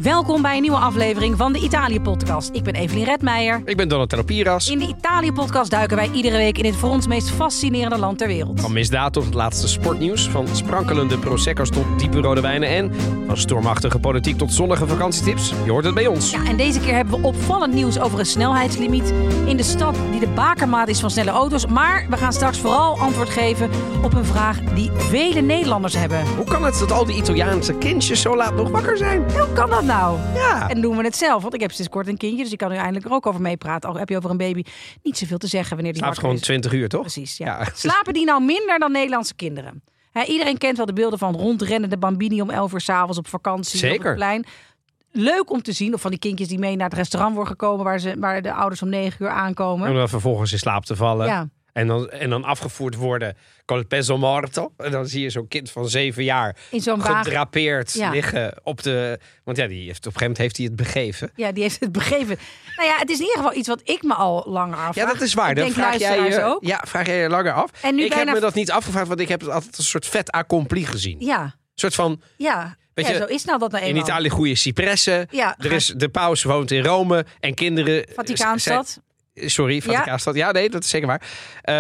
Welkom bij een nieuwe aflevering van de Italië-podcast. Ik ben Evelien Redmeijer. Ik ben Donatello Piras. In de Italië-podcast duiken wij iedere week in het voor ons meest fascinerende land ter wereld. Van misdaad tot het laatste sportnieuws, van sprankelende prosecco's tot diepe rode wijnen en van stormachtige politiek tot zonnige vakantietips. Je hoort het bij ons. Ja, en deze keer hebben we opvallend nieuws over een snelheidslimiet in de stad die de bakermaat is van snelle auto's. Maar we gaan straks vooral antwoord geven op een vraag die vele Nederlanders hebben. Hoe kan het dat al die Italiaanse kindjes zo laat nog wakker zijn? Hoe kan dat nou? Ja. En doen we het zelf, want ik heb sinds kort een kindje, dus ik kan er eindelijk er ook over meepraten. Al heb je over een baby niet zoveel te zeggen wanneer die Slaapt wakker gewoon is. 20 uur, toch? Precies, ja. Ja. Slapen die nou minder dan Nederlandse kinderen? Iedereen kent wel de beelden van rondrennende bambini om 11 uur 's avonds op vakantie op Zeker. het plein. Leuk om te zien, of van die kindjes die mee naar het restaurant worden gekomen waar de ouders om 9 uur aankomen. En dan vervolgens in slaap te vallen. Ja. En dan afgevoerd worden col peso morto. En dan zie je zo'n kind van 7 jaar In zo'n wagen. gedrapeerd Ja. liggen op de... Want ja, op een gegeven moment heeft hij het begeven. Ja, die heeft het begeven. Nou ja, het is in ieder geval iets wat ik me al langer afvraag. Ja, dat is waar. Ik Dan denk vraag jij luisteraars je, ook. ja, vraag jij je langer af. En nu ik bijna- heb me dat niet afgevraagd, want ik heb het altijd een soort vet accompli gezien. Ja, Een soort van, Weet je, zo is nou dat nou in eenmaal. Italië groeien cipressen. Ja, De paus woont in Rome. En kinderen... Vaticaanstad. Sorry, Vaticaanstad. Ja, nee, dat is zeker waar.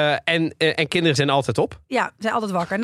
En kinderen zijn altijd op. Ja, zijn altijd wakker.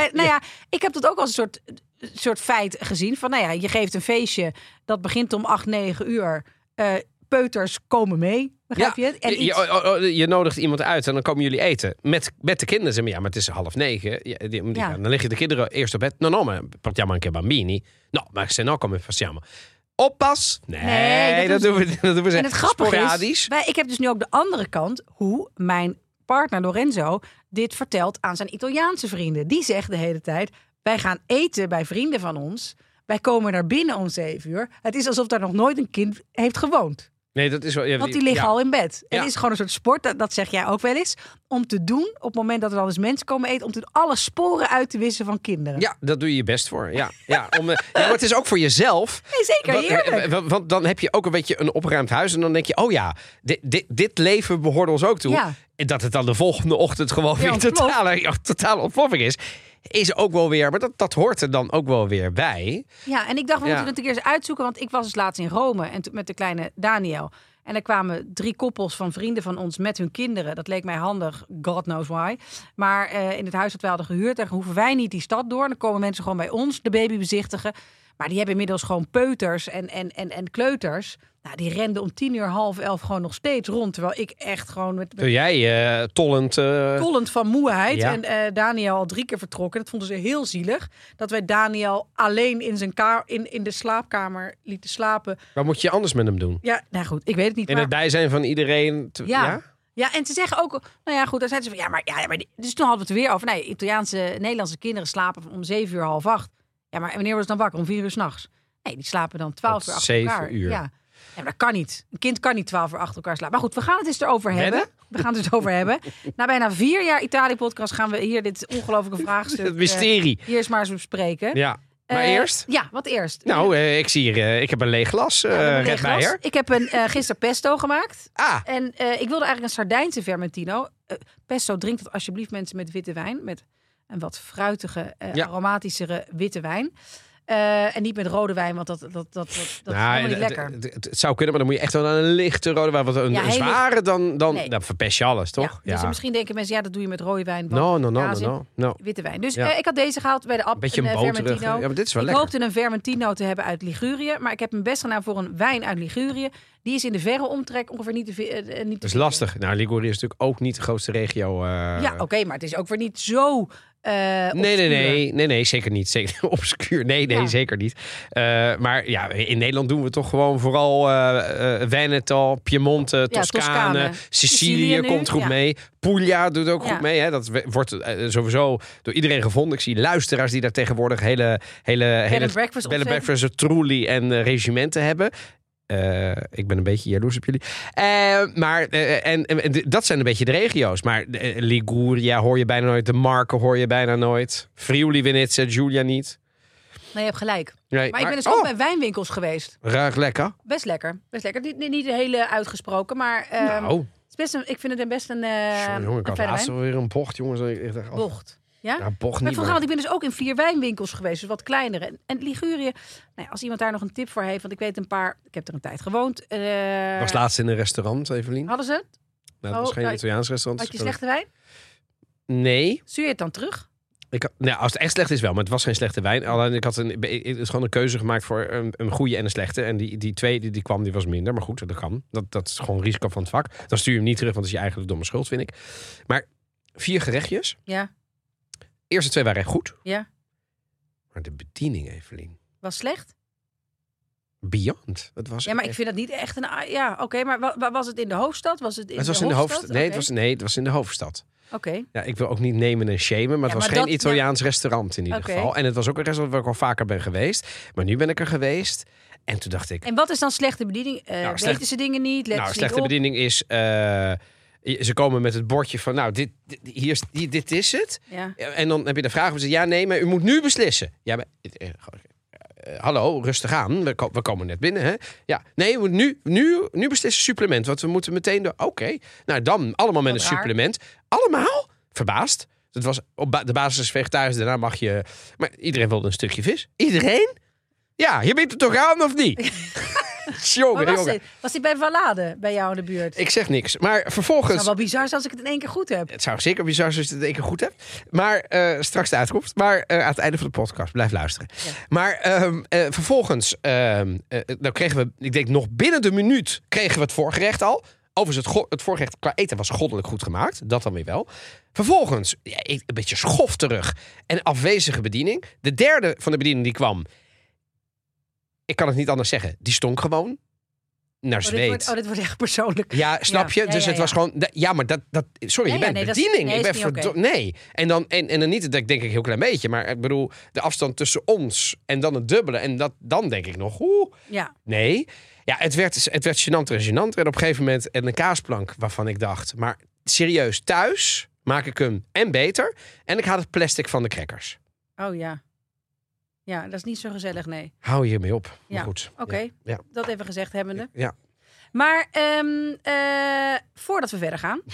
Ik heb dat ook als een soort feit gezien. Van, nou ja, je geeft een feestje, dat begint om 8, 9 uur. Peuters komen mee, begrijp je? En Je nodigt iemand uit en dan komen jullie eten. Met de kinderen. Zeg maar, ja, maar het is 8:30. Ja. Dan liggen de kinderen eerst op bed. No, maar partiamo anche bambini. No, maar se no come facciamo? Oppas. Nee, dat doen we En het grappige sporadisch. is, ik heb dus nu ook de andere kant, hoe mijn partner Lorenzo dit vertelt aan zijn Italiaanse vrienden. Die zegt de hele tijd, wij gaan eten bij vrienden van ons. Wij komen naar binnen om 7 uur. Het is alsof daar nog nooit een kind heeft gewoond. Nee, dat is wel... Ja, Want die liggen ja. al in bed. Ja. Het is gewoon een soort sport, dat zeg jij ook wel eens. Om te doen, op het moment dat er dan eens mensen komen eten, om alle sporen uit te wissen van kinderen. Ja, dat doe je je best voor. Ja, maar het is ook voor jezelf. Nee, zeker, heerlijk. Want dan heb je ook een beetje een opgeruimd huis. En dan denk je, oh ja, dit leven behoort ons ook toe. Ja. En dat het dan de volgende ochtend gewoon weer ontploft. totale ontploffing is ook wel weer... Maar dat hoort er dan ook wel weer bij. Ja, en ik dacht, we moeten het een keer eens uitzoeken. Want ik was dus laatst in Rome en met de kleine Daniel. En er kwamen 3 koppels van vrienden van ons met hun kinderen. Dat leek mij handig, God knows why. Maar in het huis dat wij hadden gehuurd, daar hoeven wij niet die stad door. Dan komen mensen gewoon bij ons de baby bezichtigen. Maar die hebben inmiddels gewoon peuters en kleuters. Nou, die renden om 10:30, 11 gewoon nog steeds rond. Terwijl ik echt gewoon met Toen jij tollend... tollend van moeheid. Ja. En Daniel al 3 keer vertrokken. Dat vonden ze heel zielig. Dat wij Daniel alleen in zijn in de slaapkamer lieten slapen. Wat moet je anders met hem doen? Ja, nou goed, ik weet het niet. In maar... het bijzijn van iedereen... Ja. Ja, en ze zeggen ook, nou ja, goed, dan zeiden ze van, dus toen hadden we het er weer over. Nee, Nederlandse kinderen slapen om 7 uur, half 8. Ja, maar wanneer was het dan wakker? Om 4 uur 's nachts? Nee, die slapen dan 12 uur achter 7 elkaar. uur. Ja, maar dat kan niet. Een kind kan niet 12 uur achter elkaar slapen. Maar goed, we gaan het eens erover hebben. We gaan het dus over hebben. Na bijna 4 jaar Italië-podcast gaan we hier dit ongelofelijke vraagstuk... Het mysterie. Hier eens maar eens bespreken. Ja. Maar eerst? Ja, wat eerst? Nou, ik zie hier... ik heb een leeg glas, Redmeijer. Ik heb gisteren pesto gemaakt. Ah, En ik wilde eigenlijk een Sardijnse vermentino. Pesto, drink dat alsjeblieft mensen met witte wijn. Met een wat fruitige, aromatischere witte wijn. En niet met rode wijn, want dat is helemaal niet lekker. Het zou kunnen, maar dan moet je echt wel een lichte rode wijn. Want een zware, dan verpest je alles, toch? Ja, dus misschien denken mensen, dat doe je met rode wijn. No. Witte wijn. Dus ik had deze gehaald bij de App. Beetje een boterige. Ja, maar dit is wel lekker. Ik hoopte een Vermentino te hebben uit Ligurië. Maar ik heb mijn best gedaan voor een wijn uit Ligurië. Die is in de verre omtrek ongeveer niet te Dat is lastig. Nou, Ligurië is natuurlijk ook niet de grootste regio. Ja, oké, maar het is ook weer niet zo... Nee, zeker niet. Zeker obscuur. Nee, zeker niet. Maar ja, in Nederland doen we toch gewoon vooral Veneto, Piemonte, Toscane, Sicilië komt goed mee. Puglia doet ook goed mee. Hè? Dat wordt sowieso door iedereen gevonden. Ik zie luisteraars die daar tegenwoordig hele bed and breakfast, Trulli en regimenten hebben. Ik ben een beetje jaloers op jullie. Maar dat zijn een beetje de regio's. Maar Liguria hoor je bijna nooit. De Marken hoor je bijna nooit. Friuli, Venezia, Giulia niet. Nee, je hebt gelijk. Nee, maar ik ben dus ook bij wijnwinkels geweest. Ruikt lekker. Best lekker. Niet de hele uitgesproken, maar... Nou. Het is best ik vind het best een jongen, ik had fijne laatst wijn. weer een bocht, jongens. Ik dacht, Bocht. Ja? Nou, bocht Maar niet. want ik ben dus ook in 4 wijnwinkels geweest, dus wat kleinere. En Ligurië, als iemand daar nog een tip voor heeft, want ik weet een paar, ik heb er een tijd gewoond. Was laatst in een restaurant, Evelien. Hadden ze het? Nou, dat was geen Italiaans restaurant. Had je slechte wijn? Nee. Stuur je het dan terug? Als het echt slecht is wel, maar het was geen slechte wijn. Alleen het is gewoon een keuze gemaakt voor een goede en een slechte. En die tweede die kwam, die was minder. Maar goed, dat kan. Dat is gewoon risico van het vak. Dan stuur je hem niet terug, want dat is je eigen domme schuld, vind ik. Maar 4 gerechtjes. Ja. Eerste 2 waren echt goed. Ja. Maar de bediening, Evelien. Was slecht? Beyond. Het was maar ik vind dat niet echt een... Ja, oké, maar was het in de hoofdstad? Was het in de hoofdstad? Nee, het was in de hoofdstad. Oké. Ja, ik wil ook niet nemen en shamen, maar het was geen Italiaans restaurant in ieder geval. En het was ook een restaurant waar ik al vaker ben geweest. Maar nu ben ik er geweest en toen dacht ik... En wat is dan slechte bediening? Weten ze dingen niet? Slechte bediening is... ze komen met het bordje van, dit is het. Ja. En dan heb je de vraag of ze ja, nee, maar u moet nu beslissen. Ja, maar... hallo, rustig aan. We komen net binnen, hè? Ja, nee, we moeten nu beslissen supplement. Want we moeten meteen Oké. Nou, dan allemaal met een supplement. Allemaal? Verbaasd. Het was op de basis vegetarisch. Daarna mag je... Maar iedereen wilde een stukje vis. Iedereen? Ja, je bent er toch aan, of niet? Jongen. Was dit bij Valade, bij jou in de buurt? Ik zeg niks. Maar vervolgens... Het zou wel bizar zijn als ik het in 1 keer goed heb. Het zou zeker bizar zijn als je het in 1 keer goed hebt. Maar straks de uitkomst. Maar aan het einde van de podcast. Blijf luisteren. Ja. Maar vervolgens... nou kregen we, ik denk nog binnen de minuut... kregen we het voorgerecht al. Overigens, het voorgerecht qua eten was goddelijk goed gemaakt. Dat dan weer wel. Vervolgens, een beetje schof terug. En afwezige bediening. De derde van de bediening die kwam... Ik kan het niet anders zeggen. Die stonk gewoon naar zweet. Dit wordt echt persoonlijk. Ja, snap je? Dus het was gewoon... Ja, maar dat sorry, je bent bediening. Nee. En dan niet, dat denk ik heel klein beetje. Maar ik bedoel, de afstand tussen ons en dan het dubbele. En dan denk ik nog, nee. Ja, het werd gênanter en gênanter. En op een gegeven moment een kaasplank waarvan ik dacht... Maar serieus, thuis maak ik hem en beter. En ik haal het plastic van de crackers. Oh ja. Ja, dat is niet zo gezellig, nee. Hou je mee op. Ja. Goed. Oké, ja. Dat even gezegd hebbende. Ja. Maar voordat we verder gaan...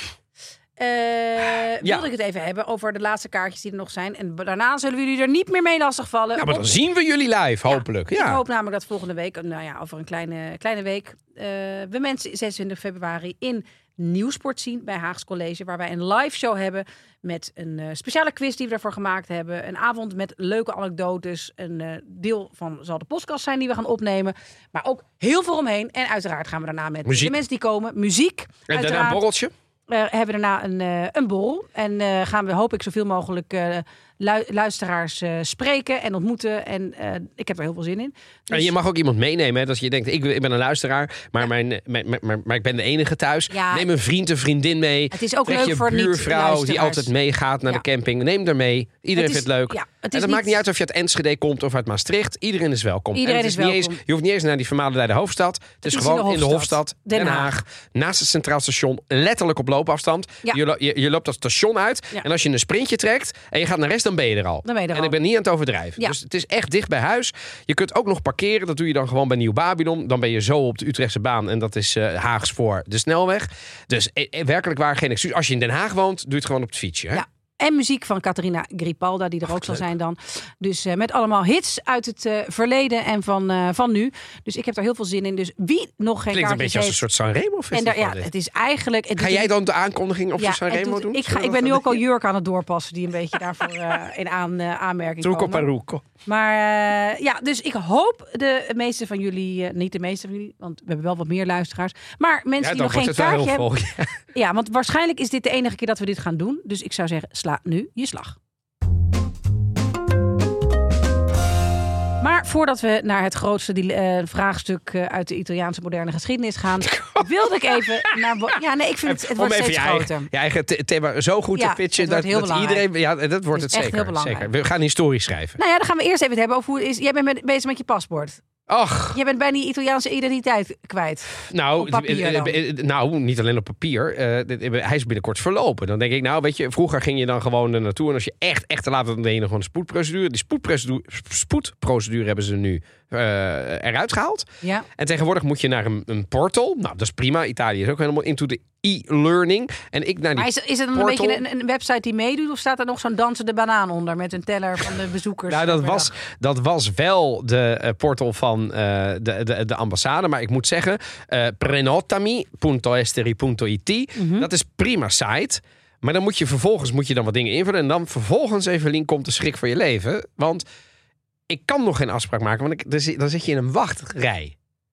wilde ik het even hebben over de laatste kaartjes die er nog zijn. En daarna zullen we jullie er niet meer mee lastigvallen. Ja, maar dan zien we jullie live, hopelijk. Ja. Ik hoop namelijk dat volgende week, over een kleine week... we mensen 26 februari in Nieuwsport zien bij Haags College... waar wij een live show hebben met een speciale quiz die we daarvoor gemaakt hebben. Een avond met leuke anekdotes. Een deel van zal de podcast zijn die we gaan opnemen. Maar ook heel veel omheen. En uiteraard gaan we daarna met de mensen die komen. Muziek, en daarna een borreltje. Hebben we daarna een borrel. En gaan we, hoop ik, zoveel mogelijk luisteraars spreken en ontmoeten. En ik heb er heel veel zin in. Dus... En je mag ook iemand meenemen. Hè? Dat je denkt, ik ben een luisteraar, maar, maar ik ben de enige thuis. Ja. Neem een vriend, een vriendin mee. Het is ook Trek leuk voor buurvrouw die altijd meegaat naar de camping. Neem er mee. Iedereen vindt het leuk. Ja, en het maakt niet uit of je uit Enschede komt of uit Maastricht. Iedereen is welkom. Iedereen is welkom. Je hoeft niet eens naar die vermaledijde hoofdstad. Het is gewoon in de hoofdstad. Den Haag. Naast het Centraal Station. Letterlijk op loopafstand. Ja. Je loopt dat station uit. Ja. En als je een sprintje trekt en je gaat naar rechts, dan ben je er al. En ik ben niet aan het overdrijven. Ja. Dus het is echt dicht bij huis. Je kunt ook nog parkeren. Dat doe je dan gewoon bij Nieuw Babylon. Dan ben je zo op de Utrechtse baan. En dat is Haags voor de snelweg. Dus werkelijk waar geen excuus. Als je in Den Haag woont, doe je het gewoon op het fietsje. Hè? Ja. En muziek van Catharina Gripalda, die er ook zal zijn dan. Dus met allemaal hits uit het verleden en van nu. Dus ik heb daar heel veel zin in. Dus wie nog geen klinkt een beetje als een soort Sanremo festival. En het is eigenlijk... Ga jij dan de aankondiging op de Sanremo doen? Ik ben nu ook al jurk aan het doorpassen die een beetje daarvoor in aanmerking komen. Truco paruco. Maar dus ik hoop de meeste van jullie, niet de meeste van jullie, want we hebben wel wat meer luisteraars. Maar mensen die nog geen kaartje hebben. Ja, want waarschijnlijk is dit de enige keer dat we dit gaan doen. Dus ik zou zeggen, sla nu je slag. Maar voordat we naar het grootste vraagstuk uit de Italiaanse moderne geschiedenis gaan, wilde ik even naar... Ja, nee, ik vind het wordt steeds groter. Je eigen thema zo goed te pitchen dat iedereen... Ja, dat wordt het zeker. We gaan historie schrijven. Nou ja, dan gaan we eerst even het hebben over hoe het is. Jij bent bezig met je paspoort. Ach. Je bent bijna die Italiaanse identiteit kwijt. Nou, niet alleen op papier. Hij is binnenkort verlopen. Dan denk ik, weet je, vroeger ging je dan gewoon er naartoe. En als je echt te laat was, dan deed je nog een spoedprocedure. Die spoedprocedure hebben ze nu eruit gehaald. Ja. En tegenwoordig moet je naar een portal. Nou, dat is prima. Italië is ook helemaal into the e-learning. En ik naar die maar is het dan portal... een beetje een website die meedoet? Of staat er nog zo'n dansende banaan onder met een teller van de bezoekers? Nou, dat was wel de portal van de ambassade. Maar ik moet zeggen, prenotami.esteri.it, dat is prima site. Maar dan moet je vervolgens wat dingen invullen. En dan vervolgens, Evelien, komt de schrik voor je leven. Want ik kan nog geen afspraak maken. Want dan zit je in een wachtrij.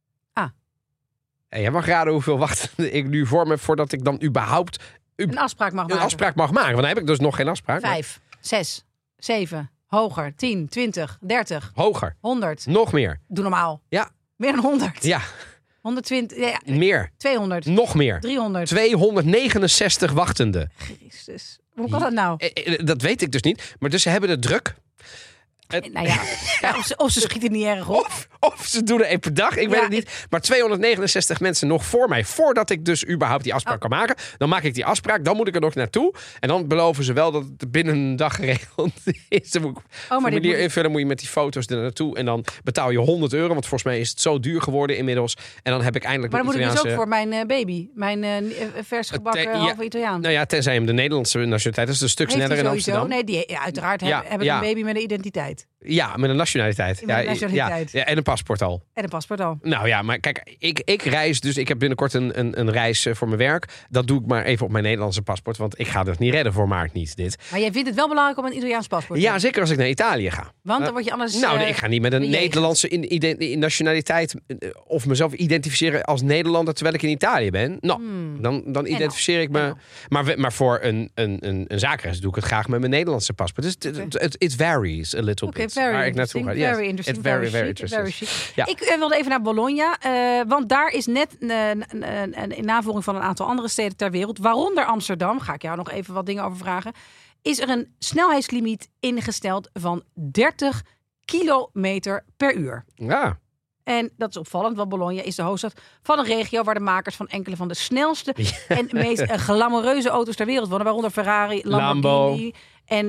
En jij mag raden hoeveel wachten ik nu voor me heb voordat ik dan überhaupt een afspraak mag maken. Want dan heb ik dus nog geen afspraak. 5, 6, 7, hoger, 10, 20, 30. Hoger. 100. Nog meer. Doe normaal. Ja. Meer dan 100. Ja. 120. Ja. Meer. 200. Nog meer. 300. 269 wachtenden. Christus. Hoe kan dat nou? Dat weet ik dus niet. Maar dus ze hebben het druk. Nou ja, of ze schieten niet erg op. Of ze doen er één per dag, ik weet het niet. Maar 269 mensen nog voor mij. Voordat ik dus überhaupt die afspraak kan maken. Dan maak ik die afspraak, dan moet ik er nog naartoe. En dan beloven ze wel dat het binnen een dag geregeld is. Dan moet ik formulier invullen, moet je met die foto's er naartoe. En dan betaal je €100. Want volgens mij is het zo duur geworden inmiddels. En dan heb ik eindelijk... Maar dan moet ik dus ook voor mijn baby. Mijn vers gebakken halve Italiaan. Nou ja, tenzij hem de Nederlandse nationaliteit. Dat is een stuk sneller in Amsterdam. Nee, uiteraard hebben een baby met een identiteit. Ja, met een nationaliteit. Ja, en een paspoort al. Nou ja, maar kijk, ik reis dus. Ik heb binnenkort een reis voor mijn werk. Dat doe ik maar even op mijn Nederlandse paspoort. Want ik ga het niet redden voor maart niet, dit. Maar jij vindt het wel belangrijk om een Italiaans paspoort te hebben? Ja, zeker als ik naar Italië ga. Want dan word je anders... Nou, ik ga niet met een Nederlandse nationaliteit... of mezelf identificeren als Nederlander terwijl ik in Italië ben. Nou, dan identificeer ik me... Maar voor een zaakreis doe ik het graag met mijn Nederlandse paspoort. Dus it varies a little bit. Waar ik naartoe ga. Very interesting. Very interesting. Ja. Ik wilde even naar Bologna. Want daar is net in navolging van een aantal andere steden ter wereld, waaronder Amsterdam, ga ik jou nog even wat dingen over vragen, is er een snelheidslimiet ingesteld van 30 kilometer per uur. Ja. En dat is opvallend, want Bologna is de hoofdstad van een regio waar de makers van enkele van de snelste en meest glamoureuze auto's ter wereld wonen, waaronder Ferrari, Lamborghini. En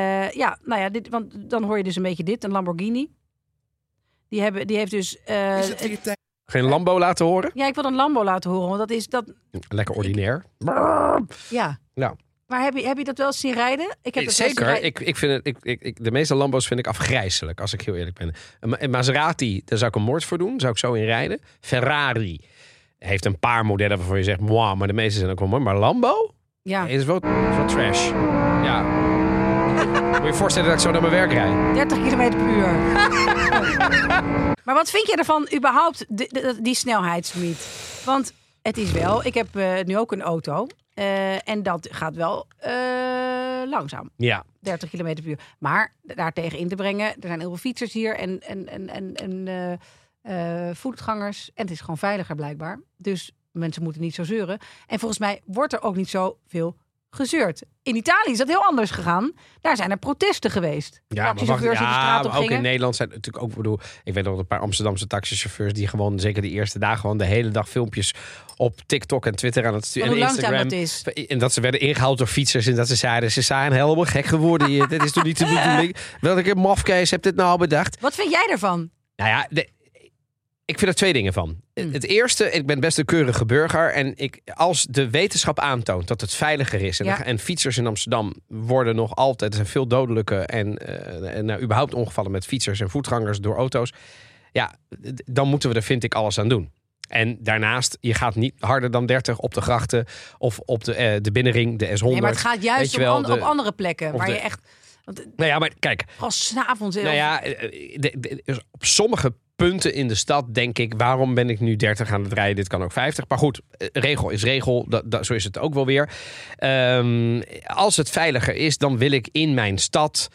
want dan hoor je dus een beetje dit, een Lamborghini. Die heeft dus... Geen Lambo laten horen? Ja, ik wil een Lambo laten horen, want dat is... Lekker ordinair. Ja. Maar heb je dat wel eens zien rijden? Ik heb zeker. Ik vind het, de meeste Lambo's vind ik afgrijselijk, als ik heel eerlijk ben. Een Maserati, daar zou ik een moord voor doen. Zou ik zo in rijden. Ferrari heeft een paar modellen waarvan je zegt, wow, maar de meeste zijn ook wel mooi. Maar Lambo? Ja. Is wel trash. Ja. Moet je je voorstellen dat ik zo naar mijn werk rijd? 30 kilometer per uur. Maar wat vind je ervan überhaupt, die snelheidslimiet? Want het is wel, ik heb nu ook een auto. En dat gaat wel langzaam. Ja. 30 kilometer per uur. Maar daartegen in te brengen, er zijn heel veel fietsers hier en voetgangers. En het is gewoon veiliger blijkbaar. Dus mensen moeten niet zo zeuren. En volgens mij wordt er ook niet zoveel gezeurd. In Italië is dat heel anders gegaan. Daar zijn er protesten geweest. Ja, maar ook in Nederland zijn natuurlijk ook... ik weet nog een paar Amsterdamse taxichauffeurs die gewoon, zeker de eerste dagen, gewoon de hele dag filmpjes op TikTok en Twitter aan het sturen en Instagram. En dat ze werden ingehaald door fietsers en dat ze zijn helemaal gek geworden. Dit is toch niet de bedoeling? Welke mafkees hebt dit nou bedacht? Wat vind jij ervan? Nou ja, ik vind er twee dingen van. Het eerste, ik ben best een keurige burger. En als de wetenschap aantoont dat het veiliger is. En fietsers in Amsterdam worden nog altijd... Er zijn veel dodelijke en überhaupt ongevallen met fietsers en voetgangers door auto's. Ja, dan moeten we er, vind ik, alles aan doen. En daarnaast, je gaat niet harder dan 30 op de grachten of op de binnenring, de S100. Nee, maar het gaat juist op andere plekken waar je echt... Nou ja, maar kijk. Als 's avonds. Nou ja, op sommige punten in de stad denk ik, waarom ben ik nu 30 aan het rijden? Dit kan ook 50. Maar goed, regel is regel. Zo is het ook wel weer. Als het veiliger is, dan wil ik in mijn stad...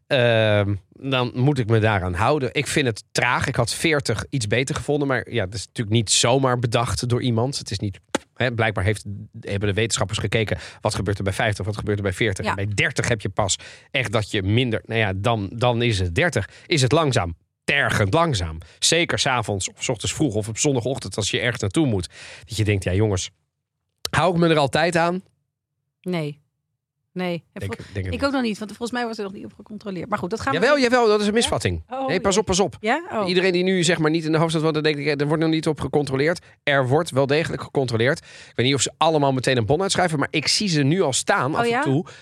dan moet ik me daaraan houden. Ik vind het traag. Ik had 40 iets beter gevonden. Maar ja, dat is natuurlijk niet zomaar bedacht door iemand. Het is niet... blijkbaar hebben de wetenschappers gekeken... wat gebeurt er bij 50, wat gebeurt er bij 40. Ja. En bij 30 heb je pas echt dat je minder... Nou ja, dan is het 30. Is het langzaam. Tergend langzaam. Zeker 's avonds of 's ochtends vroeg of op zondagochtend... als je ergens naartoe moet. Dat je denkt, ja jongens... hou ik me er altijd aan? Nee. Nee, ik ook nog niet, want volgens mij was er nog niet op gecontroleerd. Maar goed, dat gaan we... Jawel, dat is een misvatting. Ja? Nee, pas op. Ja? Oh. Iedereen die nu zeg maar niet in de hoofdstad woont, dan denk ik, er wordt nog niet op gecontroleerd. Er wordt wel degelijk gecontroleerd. Ik weet niet of ze allemaal meteen een bon uitschrijven, maar ik zie ze nu al staan af en toe.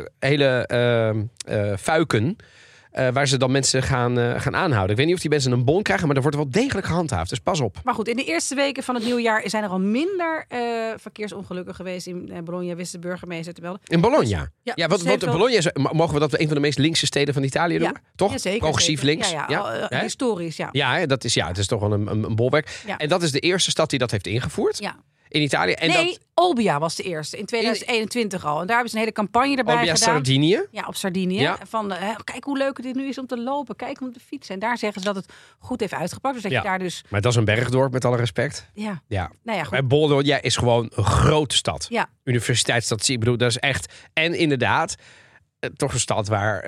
Hele fuiken. Waar ze dan mensen gaan aanhouden. Ik weet niet of die mensen een bon krijgen, maar er wordt wel degelijk gehandhaafd. Dus pas op. Maar goed, in de eerste weken van het nieuwjaar zijn er al minder verkeersongelukken geweest in Bologna, wist de burgemeester te melden. In Bologna? Ja, wat Bologna is, mogen we dat een van de meest linkse steden van Italië doen? Toch? Ja, zeker. Progressief links? Historisch, ja. Ja, het is toch wel een bolwerk. Ja. En dat is de eerste stad die dat heeft ingevoerd. Ja. In Italië. En Olbia was de eerste in 2021 al. En daar hebben ze een hele campagne erbij gedaan. Sardinië? Ja, op Sardinië. Ja. Van, kijk hoe leuk het nu is om te lopen. Kijk om te fietsen. En daar zeggen ze dat het goed heeft uitgepakt. Dus dat je daar dus... Maar dat is een bergdorp, met alle respect. Ja. Nou ja, goed. Maar Bologna is gewoon een grote stad. Ja. Universiteitsstad. Ik bedoel, dat is echt... En inderdaad... toch een stad waar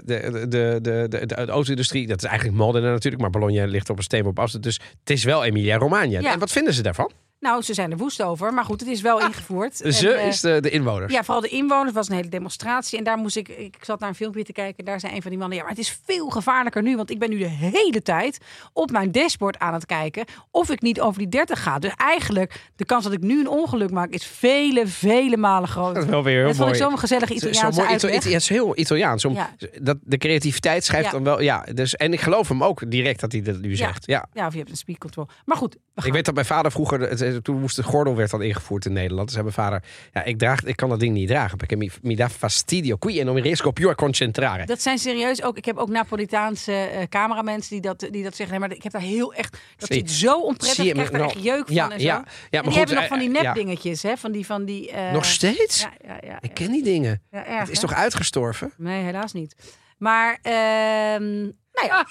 de auto-industrie... Dat is eigenlijk Modena natuurlijk, maar Bologna ligt op een steenworp afstand. Dus het is wel Emilia-Romagna. Ja. En wat vinden ze daarvan? Nou, ze zijn er woest over, maar goed, het is wel ingevoerd. Is de inwoners? Ja, vooral de inwoners. Was een hele demonstratie. En daar moest ik zat naar een filmpje te kijken. Daar zei een van die mannen, ja, maar het is veel gevaarlijker nu. Want ik ben nu de hele tijd op mijn dashboard aan het kijken of ik niet over die 30 ga. Dus eigenlijk, de kans dat ik nu een ongeluk maak is vele malen groter. Dat is wel weer heel dat mooi. vond ik zo'n gezellige Italiaanse uitleg. Het is heel Italiaans. De creativiteit schrijft dan wel... Ja, dus, en ik geloof hem ook direct dat hij dat nu zegt. Ja, of je hebt een speed control. Maar goed. Ik weet dat mijn vader vroeger... Toen moest de gordel werd dan ingevoerd in Nederland. Dus zei mijn vader... Ja, ik kan dat ding niet dragen. Perché mi dà fastidio qui e non mi riesco più a concentrare. Dat zijn serieus ook... Ik heb ook Napolitaanse cameramensen die dat zeggen. Nee, maar ik heb daar heel echt... Dat zit zo onprettig. Ik krijg daar echt jeuk van en zo. Ja, maar die hebben nog van die nepdingetjes. Hè? Van die, nog steeds? Ja. Ik ken die dingen. Ja, erg, het is toch uitgestorven? Nee, helaas niet. Maar... Nou ja.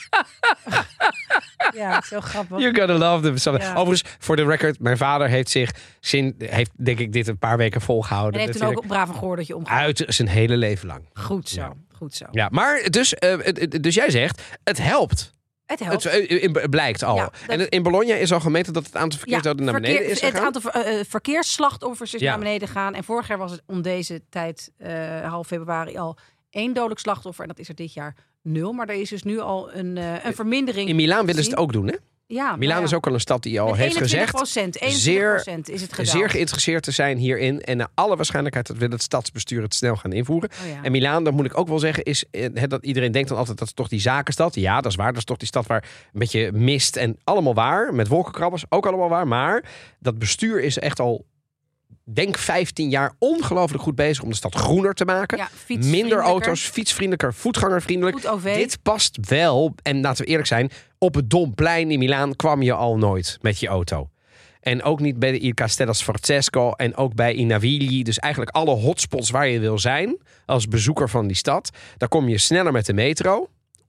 Ja, zo grappig. You gotta love them. Ja. Overigens, voor de record, mijn vader heeft denk ik dit een paar weken volgehouden. En heeft toen ook braaf een gordeltje omgehaald. Uit zijn hele leven lang. Goed zo. Ja. Goed zo. Ja, maar dus jij zegt, het helpt. Het helpt. Het blijkt al. Ja, en in Bologna is al gemeten dat het aantal verkeersdoden naar beneden is gegaan. Het aantal verkeersslachtoffers is naar beneden gegaan. En vorig jaar was het om deze tijd, half februari, al 1 dodelijk slachtoffer. En dat is er dit jaar 0. Maar er is dus nu al een vermindering. In Milaan willen ze het ook doen, hè? Ja, Milaan is ook al een stad die al heeft gezegd... 21% is het gedaald. Zeer geïnteresseerd te zijn hierin. En naar alle waarschijnlijkheid wil het stadsbestuur het snel gaan invoeren. Oh ja. En Milaan, dat moet ik ook wel zeggen, is dat iedereen denkt dan altijd dat is toch die zakenstad. Ja, dat is waar. Dat is toch die stad waar een beetje mist en allemaal waar. Met wolkenkrabbers, ook allemaal waar. Maar dat bestuur is echt al... Denk 15 jaar ongelooflijk goed bezig om de stad groener te maken. Ja, minder auto's, fietsvriendelijker, voetgangervriendelijk. Dit past wel. En laten we eerlijk zijn, op het Domplein in Milaan kwam je al nooit met je auto. En ook niet bij de Il Castello Sforzesco en ook bij I Navigli. Dus eigenlijk alle hotspots waar je wil zijn als bezoeker van die stad. Daar kom je sneller met de metro.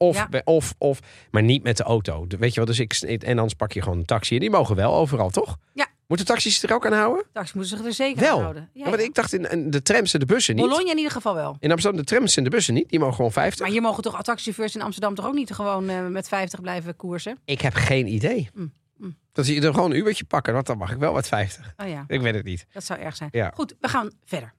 Maar niet met de auto. Weet je wel, en anders pak je gewoon een taxi. En die mogen wel overal, toch? Ja. Moeten taxis er ook aan houden? Taxis moeten zich er zeker aan houden. Ja, want ik dacht in de trams en de bussen niet. Bologna in ieder geval wel. In Amsterdam de trams en de bussen niet. Die mogen gewoon 50. Maar je mogen toch taxichauffeurs in Amsterdam toch ook niet gewoon met 50 blijven koersen? Ik heb geen idee. Dat zie je er gewoon een uurtje pakken. Want dan mag ik wel met 50. Oh ja. Ik weet het niet. Dat zou erg zijn. Ja. Goed, we gaan verder.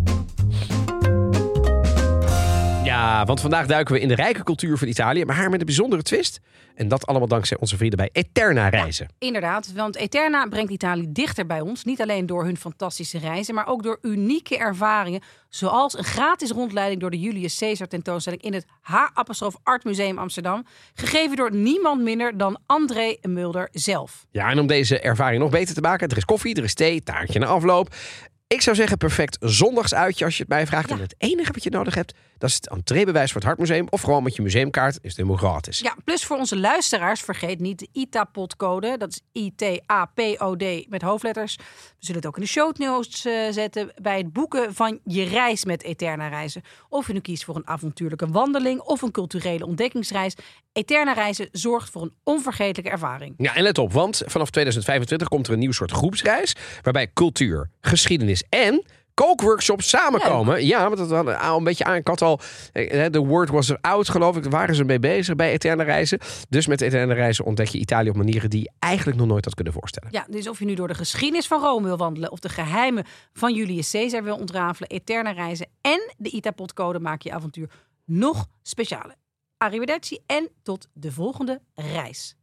Ja, want vandaag duiken we in de rijke cultuur van Italië, maar met een bijzondere twist. En dat allemaal dankzij onze vrienden bij Eterna Reizen. Ja, inderdaad, want Eterna brengt Italië dichter bij ons. Niet alleen door hun fantastische reizen, maar ook door unieke ervaringen. Zoals een gratis rondleiding door de Julius Caesar tentoonstelling in het H.Art Museum Amsterdam. Gegeven door niemand minder dan André Mulder zelf. Ja, en om deze ervaring nog beter te maken, er is koffie, er is thee, taartje na afloop. Ik zou zeggen, perfect zondagsuitje als je het mij vraagt. Ja. En het enige wat je nodig hebt, dat is het entreebewijs voor het Hartmuseum. Of gewoon met je museumkaart, is het helemaal gratis. Ja, plus voor onze luisteraars, vergeet niet de ITAPOD-code. Dat is ITAPOD met hoofdletters. We zullen het ook in de show notes zetten bij het boeken van je reis met Eterna Reizen. Of je nu kiest voor een avontuurlijke wandeling of een culturele ontdekkingsreis. Eterna Reizen zorgt voor een onvergetelijke ervaring. Ja, en let op, want vanaf 2025 komt er een nieuw soort groepsreis, waarbij cultuur, geschiedenis en kookworkshops samenkomen. Ja, want dat hadden al een beetje aan. Ik had al, de word was out, geloof ik. Daar waren ze mee bezig bij Eterne Reizen. Dus met Eterne Reizen ontdek je Italië op manieren die je eigenlijk nog nooit had kunnen voorstellen. Ja, dus of je nu door de geschiedenis van Rome wil wandelen of de geheimen van Julius Caesar wil ontrafelen, Eterne Reizen en de ITA-podcode maken je avontuur nog specialer. Arrivederci en tot de volgende reis.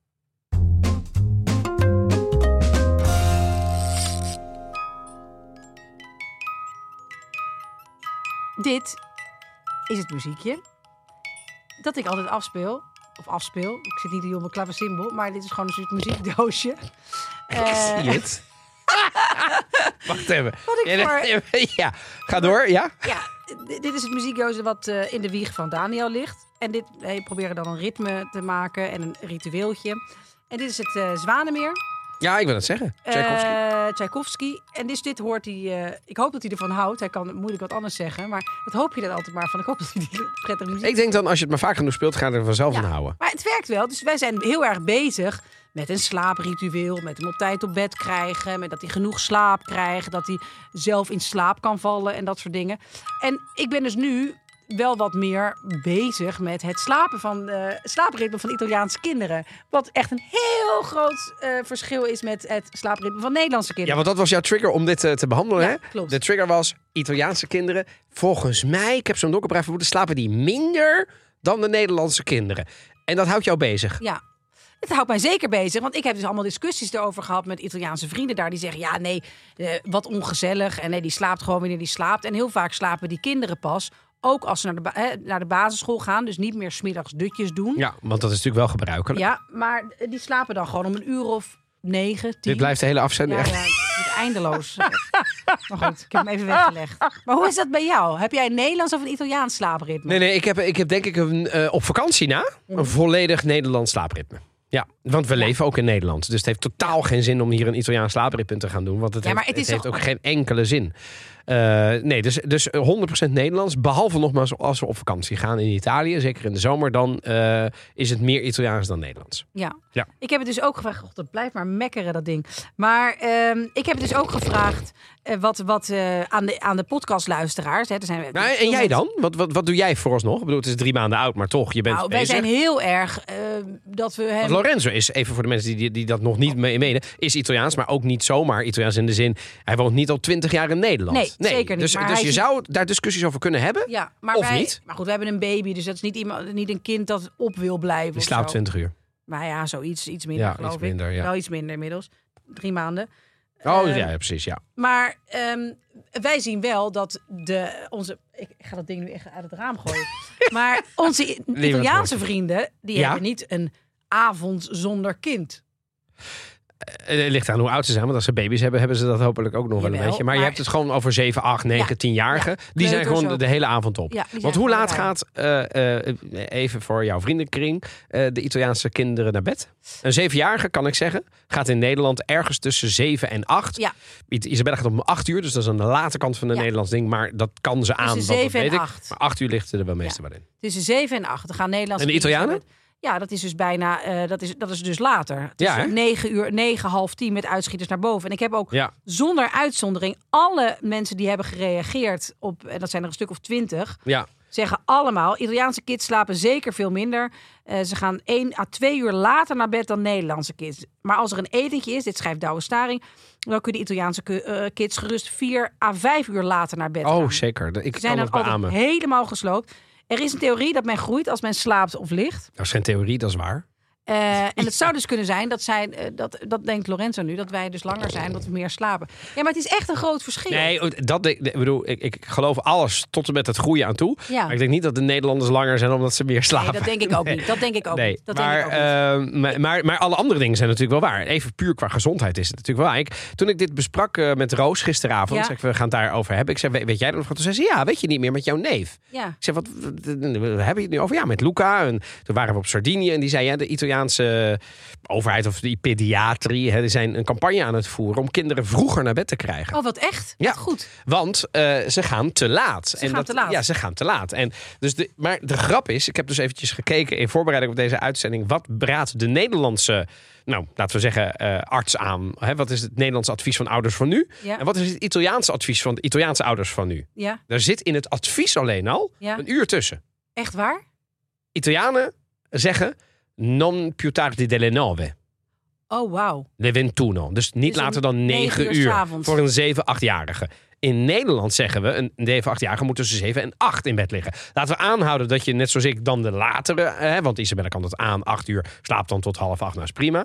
Dit is het muziekje dat ik altijd afspeel. Ik zit niet hier op een klavecimbal, maar dit is gewoon een soort muziekdoosje. Zie je het? Wacht even. Ja, ga door, ja? Ja, dit is het muziekdoosje wat in de wieg van Daniel ligt. En dit, we proberen dan een ritme te maken en een ritueeltje. En dit is het Zwanemeer. Ja, ik wil het zeggen. Tchaikovsky. En dit hoort hij... ik hoop dat hij ervan houdt. Hij kan moeilijk wat anders zeggen. Maar dat hoop je dan altijd maar van. Ik hoop dat hij die prettige muziek... Ik denk dan, als je het maar vaak genoeg speelt, ga je er vanzelf van houden. Maar het werkt wel. Dus wij zijn heel erg bezig met een slaapritueel. Met hem op tijd op bed krijgen. Met dat hij genoeg slaap krijgt. Dat hij zelf in slaap kan vallen en dat soort dingen. En ik ben dus nu wel wat meer bezig met het slaapritme van Italiaanse kinderen. Wat echt een heel groot verschil is met het slaapritme van Nederlandse kinderen. Ja, want dat was jouw trigger om dit te behandelen, hè? Klopt. De trigger was Italiaanse kinderen. Volgens mij, ik heb zo'n dokkerbrei vermoeden, slapen die minder dan de Nederlandse kinderen. En dat houdt jou bezig. Ja. Het houdt mij zeker bezig, want ik heb dus allemaal discussies erover gehad met Italiaanse vrienden daar. Die zeggen, ja nee, wat ongezellig. En nee, die slaapt gewoon wanneer die slaapt. En heel vaak slapen die kinderen pas, ook als ze naar de basisschool gaan. Dus niet meer 's middags dutjes doen. Ja, want dat is natuurlijk wel gebruikelijk. Ja, maar die slapen dan gewoon om een uur of 9, 10. Dit blijft de hele afzending echt. Ja, het is eindeloos. Maar goed, ik heb hem even weggelegd. Maar hoe is dat bij jou? Heb jij een Nederlands of een Italiaans slaapritme? Nee, ik heb denk ik op vakantie een volledig Nederlands slaapritme. Ja, want we leven ook in Nederland. Dus het heeft totaal geen zin om hier een Italiaans slaapritme te gaan doen. Want het heeft ook geen enkele zin. Nee, dus 100% Nederlands. Behalve nogmaals als we op vakantie gaan in Italië. Zeker in de zomer. Dan is het meer Italiaans dan Nederlands. Ja. Ik heb het dus ook gevraagd. God, dat blijft maar mekkeren dat ding. Maar ik heb het dus ook gevraagd aan de podcastluisteraars. Hè. En jij dan? Wat doe jij vooralsnog? Ik bedoel, het is 3 maanden oud, maar toch, je bent bezig. Wij zijn heel erg dat we hem... Lorenzo is, even voor de mensen die dat nog niet menen, is Italiaans, maar ook niet zomaar Italiaans in de zin. Hij woont niet al 20 jaar in Nederland. Nee, zeker niet. Dus je zou daar discussies over kunnen hebben, ja, niet? Maar goed, we hebben een baby, dus dat is niet een kind dat op wil blijven. Die slaapt 20 uur. Maar ja, iets minder, geloof ik. Ja. Wel iets minder inmiddels. 3 maanden. Ja, precies, ja. Maar wij zien wel dat ik ga dat ding nu echt uit het raam gooien. Maar onze Italiaanse vrienden, die hebben niet een avond zonder kind. Het ligt aan hoe oud ze zijn. Want als ze baby's hebben ze dat hopelijk ook nog wel een beetje. Maar je hebt het gewoon over 7, 8, 9, 10-jarigen. Die zijn gewoon de hele avond op. Ja, want hoe laat gaat, even voor jouw vriendenkring, de Italiaanse kinderen naar bed? Een 7-jarige, kan ik zeggen, gaat in Nederland ergens tussen 7 en 8. Ja. Isabella gaat om 8 uur, dus dat is aan de late kant van de Nederlands ding. Maar dat kan ze aan, tussen 7 en 8. Maar 8 uur ligt ze er wel meestal wel in. Tussen 7 en 8. Dan gaan Nederlandse en de Italianen? Ja, dat is dus bijna, dat is dus later. Het is 9 uur, 9, half 10 met uitschieters naar boven. En ik heb ook zonder uitzondering alle mensen die hebben gereageerd op, en dat zijn er een stuk of 20, zeggen allemaal, Italiaanse kids slapen zeker veel minder. Ze gaan 1 à 2 uur later naar bed dan Nederlandse kids. Maar als er een etentje is, dit schrijft Douwe Staring, dan kunnen Italiaanse kids gerust 4 à 5 uur later naar bed gaan. Oh, zeker. Ik zijn dan altijd helemaal gesloopt. Er is een theorie dat men groeit als men slaapt of ligt. Dat is geen theorie, dat is waar. En het zou dus kunnen zijn dat denkt Lorenzo nu, dat wij dus langer zijn, dat we meer slapen. Ja, maar het is echt een groot verschil. Nee, ik geloof alles tot en met het groeien aan toe. Ja. Maar ik denk niet dat de Nederlanders langer zijn omdat ze meer slapen. Nee, dat denk ik ook niet. Dat denk ik ook niet. Maar alle andere dingen zijn natuurlijk wel waar. Even puur qua gezondheid is het natuurlijk wel waar. Toen ik dit besprak met Roos gisteravond, zeg ik, we gaan het daarover hebben. Ik zei, weet jij dat nog? Toen zei ze, ja, weet je niet meer met jouw neef. Ja. Ik zei, wat hebben je het nu over? Ja, met Luca. En toen waren we op Sardinië en die zei, ja, de Italiaanse Italiaanse overheid of die pediatrie, die zijn een campagne aan het voeren om kinderen vroeger naar bed te krijgen. Oh, wat echt? Ja, wat goed. Want ze gaan te laat. Ja, ze gaan te laat. En dus maar de grap is, ik heb dus eventjes gekeken in voorbereiding op deze uitzending, wat raadt de Nederlandse, nou, laten we zeggen, arts aan? Wat is het Nederlandse advies van ouders van nu? Ja. En wat is het Italiaanse advies van de Italiaanse ouders van nu? Ja. Daar zit in het advies alleen al een uur tussen. Echt waar? Italianen zeggen non più tardi delle 9. Oh, wauw. Le 21. Dus niet later dan 9 uur voor een 7-8-jarige. In Nederland zeggen we, een 7-8-jarige moet tussen 7 en 8 in bed liggen. Laten we aanhouden dat je, net zoals ik, dan de latere, want Isabelle kan dat aan, 8 uur, slaapt dan tot 7:30, nou is prima.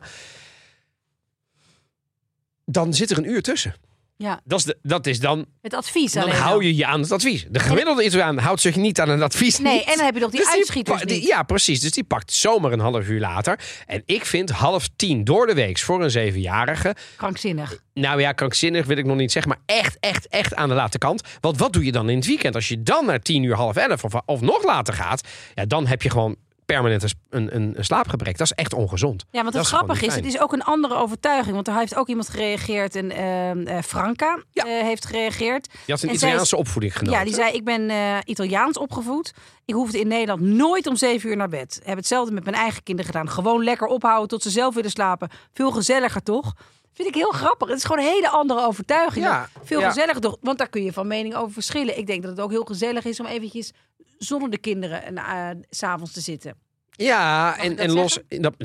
Dan zit er een uur tussen. Ja. Dat is dan het advies. Dan hou je je aan het advies. De gemiddelde Italiaan houdt zich niet aan het advies. Nee, niet. En dan heb je nog die dus uitschieters niet. Ja, precies. Dus die pakt zomaar een half uur later. En ik vind 9:30 door de week voor een 7-jarige... krankzinnig. Nou ja, krankzinnig wil ik nog niet zeggen. Maar echt aan de late kant. Want wat doe je dan in het weekend? Als je dan naar 10 uur, 10:30 of nog later gaat... Ja, dan heb je gewoon permanent een slaapgebrek. Dat is echt ongezond. Ja, want het grappige is, het is ook een andere overtuiging. Want er heeft ook iemand gereageerd. En Franca heeft gereageerd. Je had een Italiaanse opvoeding genomen. Ja, die zei, ik ben Italiaans opgevoed. Ik hoefde in Nederland nooit om 7 uur naar bed. Heb hetzelfde met mijn eigen kinderen gedaan. Gewoon lekker ophouden tot ze zelf willen slapen. Veel gezelliger, toch? Vind ik heel grappig. Het is gewoon een hele andere overtuiging. Ja, veel gezelliger, toch? Want daar kun je van mening over verschillen. Ik denk dat het ook heel gezellig is om eventjes zonder de kinderen 's avonds te zitten. Ja, en los...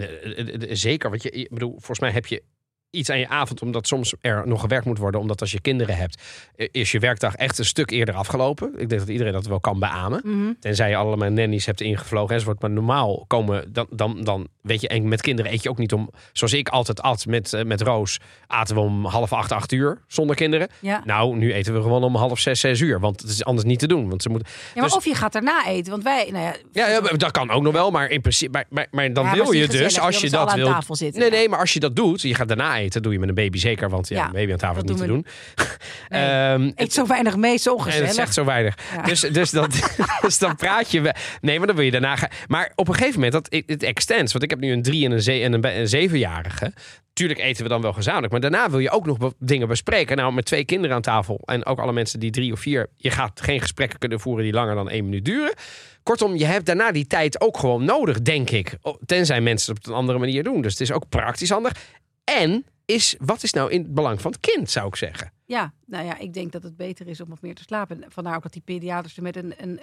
zeker, want ik bedoel, volgens mij heb je iets aan je avond, omdat soms er nog gewerkt moet worden. Omdat als je kinderen hebt, is je werkdag echt een stuk eerder afgelopen. Ik denk dat iedereen dat wel kan beamen. Mm-hmm. Tenzij je allemaal nannies hebt ingevlogen enzovoort. Maar normaal komen, dan weet je, en met kinderen eet je ook niet om, zoals ik altijd at met Roos, aten we om 7:30, 8 uur zonder kinderen. Ja. Nou, nu eten we gewoon om 5:30, 6 uur. Want het is anders niet te doen. Want ze moeten. Ja, maar of je gaat daarna eten, want wij, nou ja, dat kan ook nog wel. Maar in principe, maar dan wil je dus, als je dat wil. Nee, maar als je dat doet, je gaat daarna eten, doe je met een baby zeker, want een baby aan tafel is niet te doen. Nee. Eet zo weinig mee, zo gezellig. Het is echt zo weinig. Ja. Dus dan praat je. Nee, maar dan wil je daarna gaan. Maar op een gegeven moment, het extends. Want ik heb nu een 3 en een 7-jarige. Tuurlijk eten we dan wel gezamenlijk. Maar daarna wil je ook nog dingen bespreken. Nou, met 2 kinderen aan tafel. En ook alle mensen die 3 of 4. Je gaat geen gesprekken kunnen voeren die langer dan 1 minuut duren. Kortom, je hebt daarna die tijd ook gewoon nodig, denk ik. Tenzij mensen het op een andere manier doen. Dus het is ook praktisch handig. En wat is nou in het belang van het kind, zou ik zeggen? Ja, nou ja, ik denk dat het beter is om wat meer te slapen. Vandaar ook dat die pediaters er met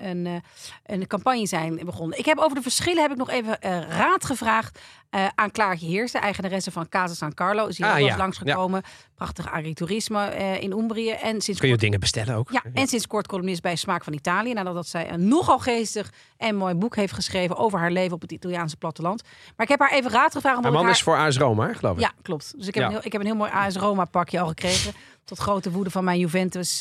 een campagne zijn begonnen. Over de verschillen nog even raad gevraagd aan Klaartje Heers, de eigenaresse van Casa San Carlo. Is hier ook wel eens langsgekomen. Ja. Prachtig agriturisme in Umbrië. En sinds kun je dingen bestellen ook? Ja, en sinds kort columnist bij Smaak van Italië. Nadat zij een nogal geestig en mooi boek heeft geschreven over haar leven op het Italiaanse platteland. Maar ik heb haar even raad gevraagd. Haar man is voor AS Roma, geloof ik. Ja, klopt. Dus ik heb een heel mooi AS Roma pakje al gekregen. Tot grote woede van mijn Juventus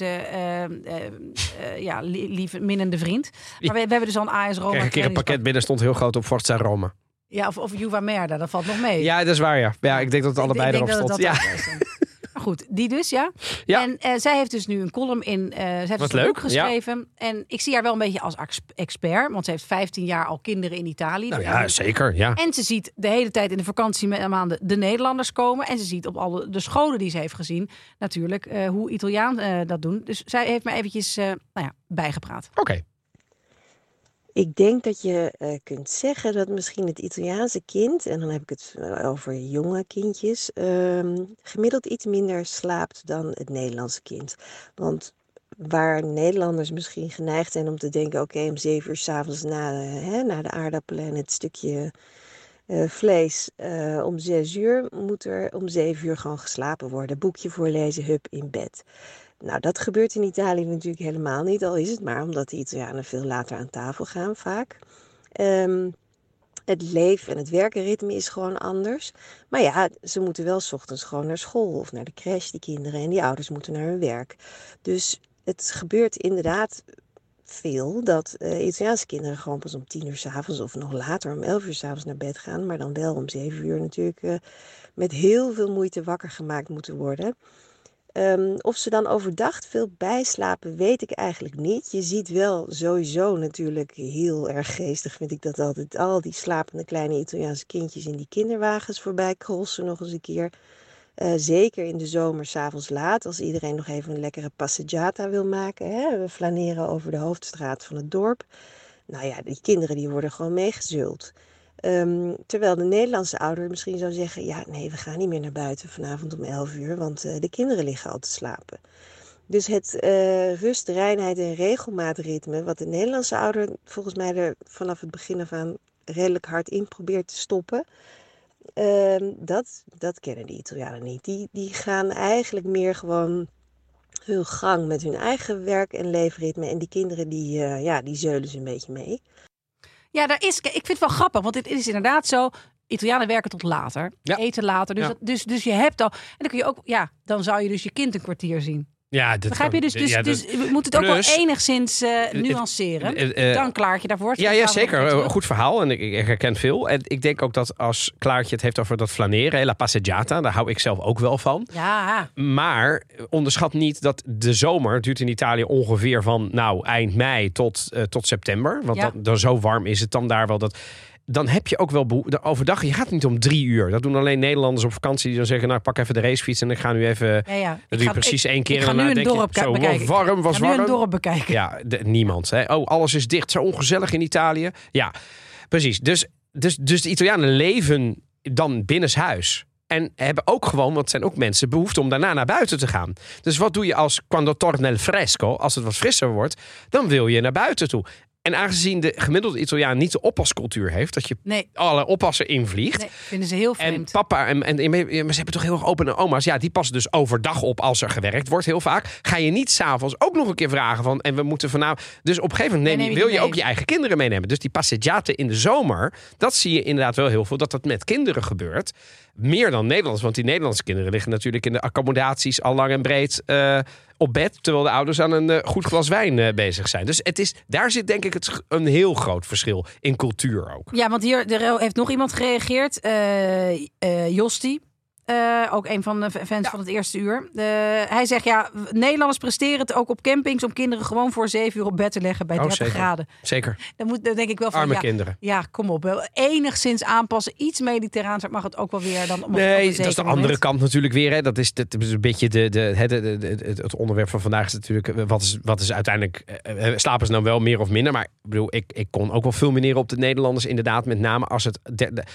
lieve minnende vriend. Maar we hebben dus al een AS Roma. Kijk, een keer een pakket binnen, stond heel groot op Forza Roma. Ja, of Juva Merda, dat valt nog mee. Ja, dat is waar, ja. Ja, ik denk dat het allebei erop stond. Ja. Maar goed, die dus, ja. En zij heeft dus nu een column in. Ze heeft een boek geschreven. Ja. En ik zie haar wel een beetje als expert. Want ze heeft 15 jaar al kinderen in Italië. Nou ja, zeker, ja. En ze ziet de hele tijd in de vakantiemaanden de Nederlanders komen. En ze ziet op alle de scholen die ze heeft gezien natuurlijk hoe Italiaan dat doen. Dus zij heeft me eventjes bijgepraat. Oké. Ik denk dat je kunt zeggen dat misschien het Italiaanse kind, en dan heb ik het over jonge kindjes, gemiddeld iets minder slaapt dan het Nederlandse kind. Want waar Nederlanders misschien geneigd zijn om te denken, oké, om 7 uur 's avonds na de aardappelen en het stukje vlees, om 6 uur moet er om 7 uur gewoon geslapen worden. Boekje voorlezen, hup, in bed. Nou, dat gebeurt in Italië natuurlijk helemaal niet. Al is het maar omdat de Italianen veel later aan tafel gaan vaak. Het leef- en het werkenritme is gewoon anders. Maar ja, ze moeten wel 's ochtends gewoon naar school of naar de crash, die kinderen. En die ouders moeten naar hun werk. Dus het gebeurt inderdaad veel dat Italiaanse kinderen gewoon pas om 10 uur 's avonds of nog later om 11 uur 's avonds naar bed gaan. Maar dan wel om 7 uur natuurlijk met heel veel moeite wakker gemaakt moeten worden. Of ze dan overdag veel bijslapen, weet ik eigenlijk niet. Je ziet wel sowieso natuurlijk heel erg geestig, vind ik dat altijd. Al die slapende kleine Italiaanse kindjes in die kinderwagens voorbij crossen nog eens een keer. Zeker in de zomer, 's avonds laat, als iedereen nog even een lekkere passeggiata wil maken. Hè? We flaneren over de hoofdstraat van het dorp. Nou ja, die kinderen die worden gewoon meegezult. Terwijl de Nederlandse ouder misschien zou zeggen... ja, nee, we gaan niet meer naar buiten vanavond om 11 uur... want de kinderen liggen al te slapen. Dus het rust, reinheid en regelmaatritme... wat de Nederlandse ouder volgens mij er vanaf het begin af aan... redelijk hard in probeert te stoppen... dat kennen die Italianen niet. Die gaan eigenlijk meer gewoon hun gang met hun eigen werk- en leefritme. En die kinderen die zeulen ze een beetje mee. Ja, ik vind het wel grappig, want het is inderdaad zo. Italianen werken tot later, eten later. Dus je hebt al... En dan kun je ook... Ja, dan zou je dus je kind een kwartier zien. Ja, begrijp je? Dus we moeten het ook wel enigszins nuanceren. Dan Klaartje daarvoor. Ja, zeker. Goed verhaal. En ik herken veel. En ik denk ook dat als Klaartje het heeft over dat flaneren, la passeggiata, daar hou ik zelf ook wel van. Ja. Maar onderschat niet dat de zomer duurt in Italië ongeveer van eind mei tot september. Want dan zo warm is het dan daar wel dat... Dan heb je ook wel overdag. Je gaat niet om 3 uur. Dat doen alleen Nederlanders op vakantie die dan zeggen... nou, pak even de racefiets en ik ga nu even... Ja. Dat doe je precies 1 keer. Ik ga nu een dorp bekijken. Warm, was warm. een dorp bekijken. Ja, niemand. Hè. Oh, alles is dicht. Zo ongezellig in Italië. Ja, precies. Dus de Italianen leven dan binnenshuis. En hebben ook gewoon, want het zijn ook mensen, behoefte om daarna naar buiten te gaan. Dus wat doe je als quando torna il fresco? Als het wat frisser wordt, dan wil je naar buiten toe. En aangezien de gemiddelde Italiaan niet de oppascultuur heeft... dat je alle oppassen invliegt... Nee, vinden ze heel vreemd. En papa en ze hebben toch heel erg opene oma's... ja, die passen dus overdag op als er gewerkt wordt heel vaak. Ga je niet 's avonds ook nog een keer vragen van... en we moeten vanavond... Dus op een gegeven moment wil je ook je eigen kinderen meenemen. Dus die passeggiate in de zomer... dat zie je inderdaad wel heel veel... dat met kinderen gebeurt. Meer dan Nederlands. Want die Nederlandse kinderen liggen natuurlijk in de accommodaties... al lang en breed... op bed, terwijl de ouders aan een goed glas wijn bezig zijn. Dus daar zit denk ik een heel groot verschil in cultuur ook. Ja, want hier heeft nog iemand gereageerd. Josti. Ook een van de fans van het eerste uur. Hij zegt, Nederlanders presteren het ook op campings... om kinderen gewoon voor 7 uur op bed te leggen bij 30 graden. Zeker. Dan denk ik wel van... Arme kinderen. Ja, kom op. Wel enigszins aanpassen. Iets mediterraans mag het ook wel weer. Dan nee, dat is de andere kant natuurlijk weer. Hè. Dat is een beetje het onderwerp van vandaag is natuurlijk... Wat is uiteindelijk... slapen ze nou wel meer of minder? Maar ik bedoel, ik kon ook wel fulmineren op de Nederlanders. Inderdaad, met name als het...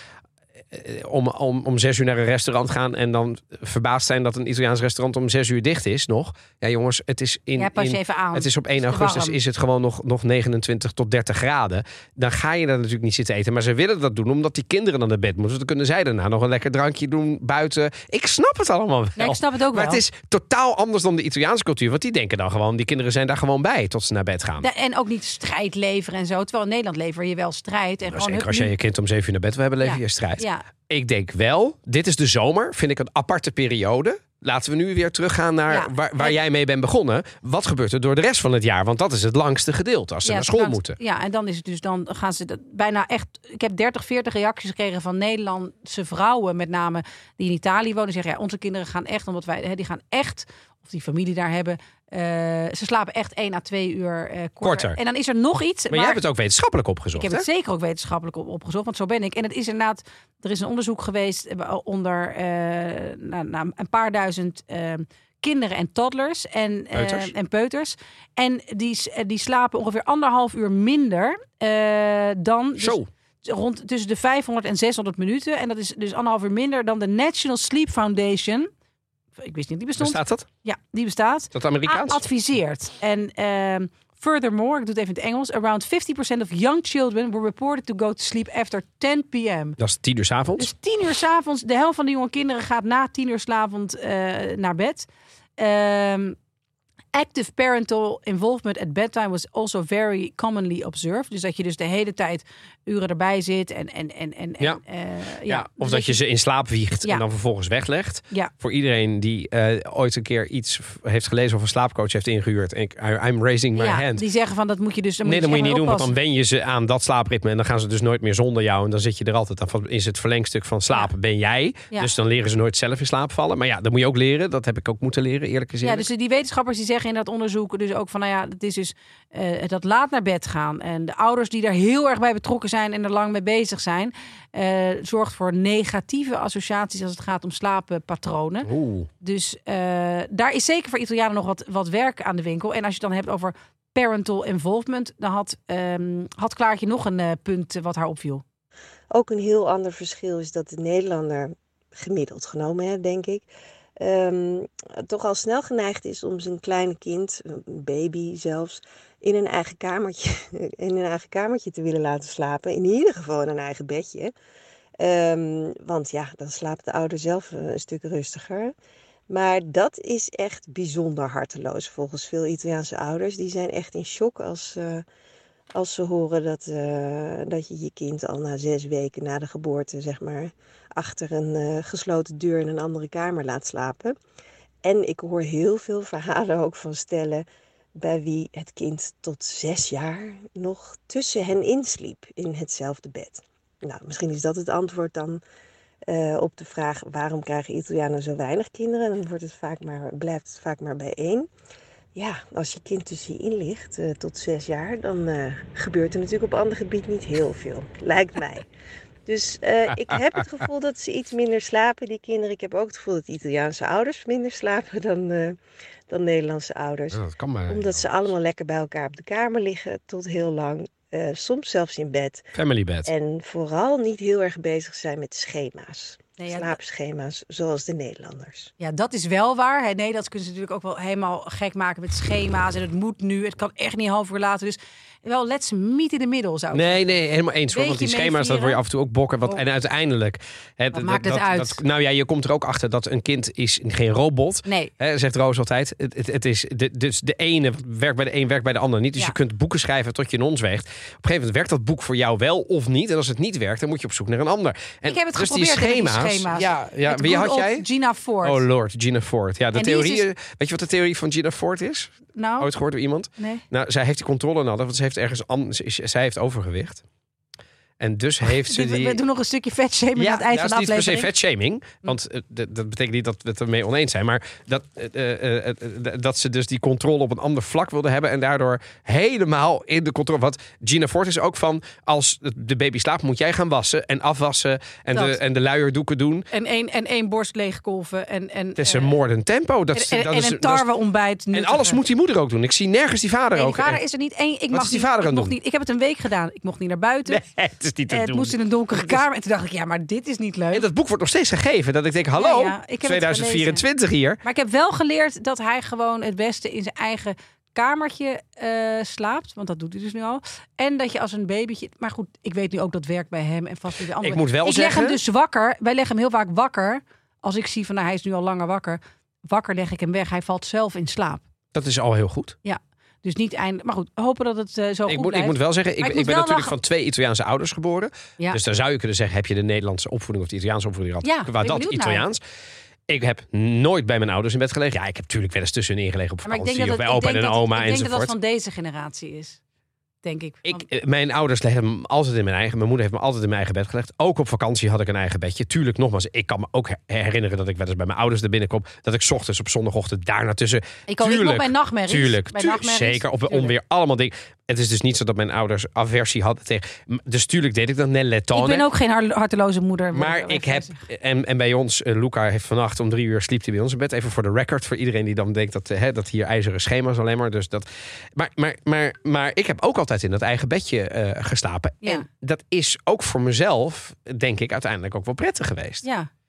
Om 6 uur naar een restaurant gaan en dan verbaasd zijn dat een Italiaans restaurant om 6 uur dicht is nog. Ja jongens, het is het is op 1 augustus is het gewoon nog 29 tot 30 graden. Dan ga je daar natuurlijk niet zitten eten. Maar ze willen dat doen omdat die kinderen dan naar bed moeten. Dus dan kunnen zij daarna nog een lekker drankje doen buiten. Ik snap het allemaal wel. Ja, ik snap het ook wel. Maar het is totaal anders dan de Italiaanse cultuur. Want die denken dan gewoon, die kinderen zijn daar gewoon bij tot ze naar bed gaan. En ook niet strijd leveren en zo. Terwijl in Nederland lever je wel strijd. En zeker als jij je kind om 7 uur naar bed wil hebben, lever je strijd. Ja. Ik denk wel, dit is de zomer, vind ik een aparte periode. Laten we nu weer teruggaan naar waar jij mee bent begonnen. Wat gebeurt er door de rest van het jaar? Want dat is het langste gedeelte als ze naar school moeten. Ja, en dan is het dus, dan gaan ze bijna echt... Ik heb 30, 40 reacties gekregen van Nederlandse vrouwen, met name die in Italië wonen. Zeggen, onze kinderen gaan echt, omdat wij, die gaan echt, of die familie daar hebben... ze slapen echt 1 à 2 uur korter. En dan is er nog iets. Maar jij hebt het ook wetenschappelijk opgezocht. Ik heb het zeker ook wetenschappelijk opgezocht, want zo ben ik. En het is inderdaad, er is een onderzoek geweest onder een paar duizend kinderen en toddlers en peuters. En die slapen ongeveer 1,5 uur minder dan... Zo. Rond tussen de 500 en 600 minuten. En dat is dus 1,5 uur minder dan de National Sleep Foundation... Ik wist niet, die bestond. Bestaat dat? Ja, die bestaat. Dat Amerikaans? Adviseert. En furthermore, ik doe het even in het Engels. Around 50% of young children were reported to go to sleep after 10 p.m. Dat is 10 uur 's avonds? Dus 10 uur 's avonds. De helft van de jonge kinderen gaat na 10 uur 's avonds naar bed. Active parental involvement at bedtime was also very commonly observed. Dus dat je dus de hele tijd uren erbij zit. Of dat je ze in slaap wiegt en dan vervolgens weglegt. Ja. Voor iedereen die ooit een keer iets heeft gelezen of een slaapcoach heeft ingehuurd. I'm raising my hand. Die zeggen van dat moet je dus... Dat moet je niet doen, want dan wen je ze aan dat slaapritme. En dan gaan ze dus nooit meer zonder jou. En dan zit je er altijd aan. Is het verlengstuk van slapen ben jij. Ja. Dus dan leren ze nooit zelf in slaap vallen. Maar ja, dat moet je ook leren. Dat heb ik ook moeten leren, eerlijk gezegd. Ja, dus die wetenschappers die zeggen in dat onderzoek dus ook van, het is dus dat laat naar bed gaan. En de ouders die daar heel erg bij betrokken zijn en er lang mee bezig zijn, zorgt voor negatieve associaties als het gaat om slaappatronen. Dus daar is zeker voor Italianen nog wat werk aan de winkel. En als je het dan hebt over parental involvement, dan had Klaartje nog een punt wat haar opviel. Ook een heel ander verschil is dat de Nederlander gemiddeld genomen, denk ik, toch al snel geneigd is om zijn kleine kind, een baby zelfs, in een eigen kamertje te willen laten slapen. In ieder geval in een eigen bedje. Want dan slaapt de ouder zelf een stuk rustiger. Maar dat is echt bijzonder harteloos volgens veel Italiaanse ouders. Die zijn echt in shock als ze horen dat je je kind al na 6 weken na de geboorte, zeg maar, achter een gesloten deur in een andere kamer laat slapen. En ik hoor heel veel verhalen ook van stellen bij wie het kind tot 6 jaar nog tussen hen insliep in hetzelfde bed. Nou, misschien is dat het antwoord dan op de vraag waarom krijgen Italianen zo weinig kinderen. Dan blijft het vaak maar bij 1. Ja, als je kind tussen je in ligt tot 6 jaar, dan gebeurt er natuurlijk op ander gebied niet heel veel, lijkt mij. Dus ik heb het gevoel dat ze iets minder slapen, die kinderen. Ik heb ook het gevoel dat Italiaanse ouders minder slapen dan Nederlandse ouders. Ja, dat kan maar. Omdat ze allemaal lekker bij elkaar op de kamer liggen tot heel lang. Soms zelfs in bed. Family bed. En vooral niet heel erg bezig zijn met schema's. Slaapschema's, zoals de Nederlanders. Ja, dat is wel waar. Nederlanders kunnen ze natuurlijk ook wel helemaal gek maken met schema's. En het moet nu, het kan echt niet half uur later. Dus wel, let's meet in the middle, zou ik zeggen. Nee, helemaal eens. Want die schema's, dat word je af en toe ook bokken. En uiteindelijk... Wat maakt het uit? Je komt er ook achter dat een kind is geen robot. Nee. Zegt Roos altijd. Het is dus de ene werkt bij de een, werkt bij de ander niet. Dus je kunt boeken schrijven tot je in ons weegt. Op een gegeven moment werkt dat boek voor jou wel of niet. En als het niet werkt, dan moet je op zoek naar een ander. En ik heb het dus geprobeerd. Die schema's. Ja. Wie had jij? Gina Ford. Oh lord, Gina Ford. Ja, de theorie. Weet je wat de theorie van Gina Ford is? Nou, ooit gehoord door iemand? Nee. Nou, zij heeft die controle nodig, want ze heeft ergens anders. Zij heeft overgewicht. En dus heeft ze die... We doen nog een stukje vetshaming aan het eind van de aflevering. Dat is niet per se vetshaming. Want dat betekent niet dat we het ermee oneens zijn. Maar dat ze dus die controle op een ander vlak wilde hebben. En daardoor helemaal in de controle. Want Gina Ford is ook van... Als de baby slaapt, moet jij gaan wassen en afwassen. En de luierdoeken doen. En één borst leegkolven. Het is een moordend tempo. En een tarweontbijt. En alles moet die moeder ook doen. Ik zie nergens die vader ook. Die vader is er niet één. Wat is die vader aan doen? Ik heb het een week gedaan. Ik mocht niet naar buiten. Nee, het moest in een donkere kamer. En toen dacht ik, ja, maar dit is niet leuk. En dat boek wordt nog steeds gegeven. Dat ik denk, hallo, ik heb 2024 hier. Maar ik heb wel geleerd dat hij gewoon het beste in zijn eigen kamertje slaapt. Want dat doet hij dus nu al. En dat je als een babytje... Maar goed, ik weet nu ook dat werkt bij hem en vast bij de anderen. Ik moet wel zeggen... leg hem dus wakker. Wij leggen hem heel vaak wakker. Als ik zie van, hij is nu al langer wakker. Wakker leg ik hem weg. Hij valt zelf in slaap. Dat is al heel goed. Ja. Dus niet eind. Maar goed, hopen dat het zo goed blijft. Ik moet wel zeggen, ik ben natuurlijk van 2 Italiaanse ouders geboren. Ja. Dus dan zou je kunnen zeggen, heb je de Nederlandse opvoeding of de Italiaanse opvoeding gehad? Ja, waar dat Italiaans. Ik heb nooit bij mijn ouders in bed gelegen. Ja, ik heb natuurlijk wel eens tussenin gelegen op vakantie. Of bij opa en oma enzovoort. Ik denk dat dat van deze generatie is. Denk ik. Mijn ouders leggen me altijd in mijn eigen. Mijn moeder heeft me altijd in mijn eigen bed gelegd. Ook op vakantie had ik een eigen bedje. Tuurlijk, nogmaals, ik kan me ook herinneren dat ik wel eens bij mijn ouders er binnenkom. Dat ik 's ochtends op zondagochtend daar naartussen. Ik nog bij nachtmerries. Tuurlijk, zeker. Op onweer allemaal dingen. Het is dus niet zo dat mijn ouders aversie hadden tegen. Dus tuurlijk deed ik dat net letone. Ik ben ook geen harteloze moeder. Maar ik heb en bij ons, Luca heeft vannacht om 3 uur sliep hij bij ons in bed. Even voor de record, voor iedereen die dan denkt dat hier ijzeren schema's alleen maar. Dus dat. Maar ik heb ook altijd in dat eigen bedje geslapen. Ja. En dat is ook voor mezelf, denk ik, uiteindelijk ook wel prettig geweest. Ja.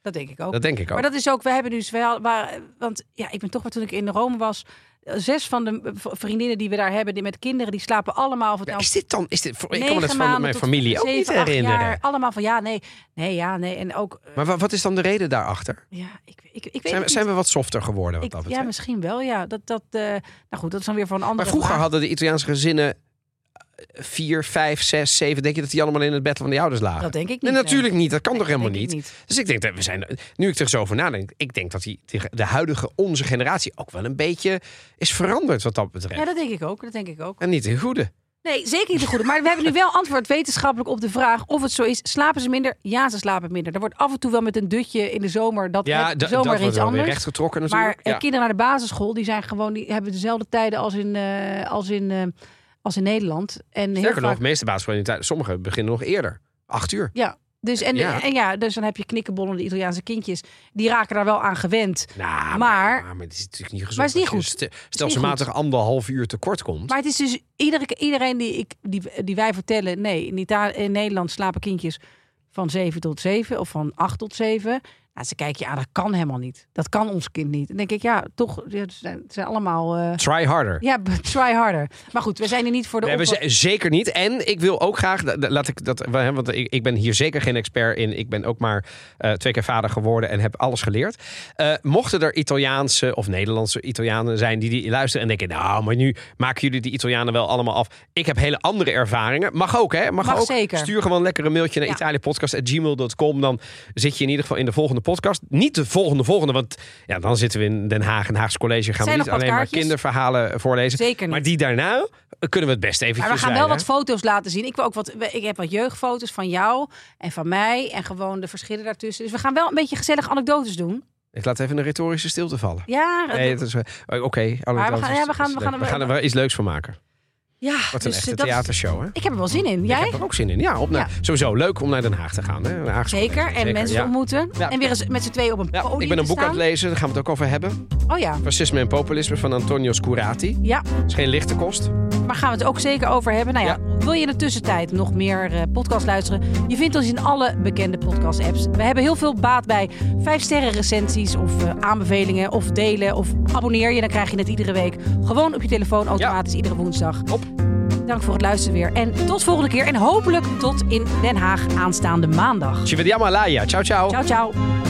Dat denk ik ook. Dat denk ik ook. Maar dat is ook, we hebben dus wel... Want ik ben toch, toen ik in Rome was... 6 van de vriendinnen die we daar hebben, die met kinderen, die slapen allemaal... Is dit dan? Ik kan me dat van mijn familie ook niet herinneren. Jaar, allemaal van nee. En ook, maar wat is dan de reden daarachter? Ja, ik weet zijn we wat softer geworden? Wat dat betreft? Ja, misschien wel, ja. Nou goed, dat is dan weer voor een andere Maar vroeger vraag. hadden de Italiaanse gezinnen 4, 5, 6, 7... Denk je dat die allemaal in het bed van die ouders lagen? Dat denk ik niet. Nee, natuurlijk niet. Dat kan toch helemaal niet? Dus ik denk dat nu ik er zo over nadenk... Ik denk dat de huidige, onze generatie... ook wel een beetje is veranderd wat dat betreft. Ja, dat denk ik ook. En niet in goede. Nee, zeker niet de goede. Maar we hebben nu wel antwoord wetenschappelijk op de vraag of het zo is. Slapen ze minder? Ja, ze slapen minder. Er wordt af en toe wel met een dutje in de zomer. Dat zomer dat iets wordt wel anders. weer rechtgetrokken natuurlijk. Maar kinderen naar de basisschool, die hebben dezelfde tijden als in Nederland. En sterker nog, de meeste basisscholen, sommigen beginnen nog eerder. 8 uur. Ja. Dus, dus dan heb je knikkenbollende Italiaanse kindjes. Die raken daar wel aan gewend. Nou, maar het is natuurlijk niet gezond. Maar het is niet goed. Stelselmatig 1,5 uur tekort komt. Maar het is dus iedereen die wij vertellen... Nee, in Nederland slapen kindjes van 7 tot 7 of van 8 tot 7... Nou, ze kijken je aan, dat kan helemaal niet. Dat kan ons kind niet. Dan denk ik, het zijn allemaal... Try harder. Ja, try harder. Maar goed, we zijn er niet voor de zeker niet. En ik wil ook graag, want ik ben hier zeker geen expert in. Ik ben ook maar 2 keer vader geworden en heb alles geleerd. Mochten er Italiaanse of Nederlandse Italianen zijn die luisteren en denken... Nou, maar nu maken jullie die Italianen wel allemaal af. Ik heb hele andere ervaringen. Mag ook, hè? Mag ook. Zeker. Stuur gewoon lekker een mailtje naar italiapodcast@gmail.com. Dan zit je in ieder geval in de volgende podcast. Niet de volgende, want dan zitten we in Den Haag, een Haagse college. Gaan we niet alleen maar kinderverhalen voorlezen. Zeker niet. Maar die daarna kunnen we het best eventjes. Maar we gaan wel wat foto's laten zien. Ik heb wat jeugdfoto's van jou en van mij en gewoon de verschillen daartussen. Dus we gaan wel een beetje gezellige anekdotes doen. Ik laat even een retorische stilte vallen. Ja. Nee, oké. We gaan er wel iets leuks van maken. Ja, wat een echte theatershow, hè? Ik heb er wel zin in. Jij? Ik heb er ook zin in. Ja, sowieso leuk om naar Den Haag te gaan. Hè? Zeker. En mensen ontmoeten. Ja. En weer eens met z'n tweeën op een podium ik ben een boek aan het lezen. Daar gaan we het ook over hebben. Oh ja. Fascisme en populisme van Antonio Scurati. Ja. Dat is geen lichte kost. Maar gaan we het ook zeker over hebben. Nou ja, wil je in de tussentijd nog meer podcast luisteren? Je vindt ons in alle bekende podcast-apps. We hebben heel veel baat bij 5-sterren recensies of aanbevelingen of delen of abonneer je. Dan krijg je het iedere week gewoon op je telefoon automatisch iedere woensdag. Dank voor het luisteren weer. En tot volgende keer. En hopelijk tot in Den Haag aanstaande maandag. Ci vediamo all'Aia. Ciao, ciao. Ciao, ciao.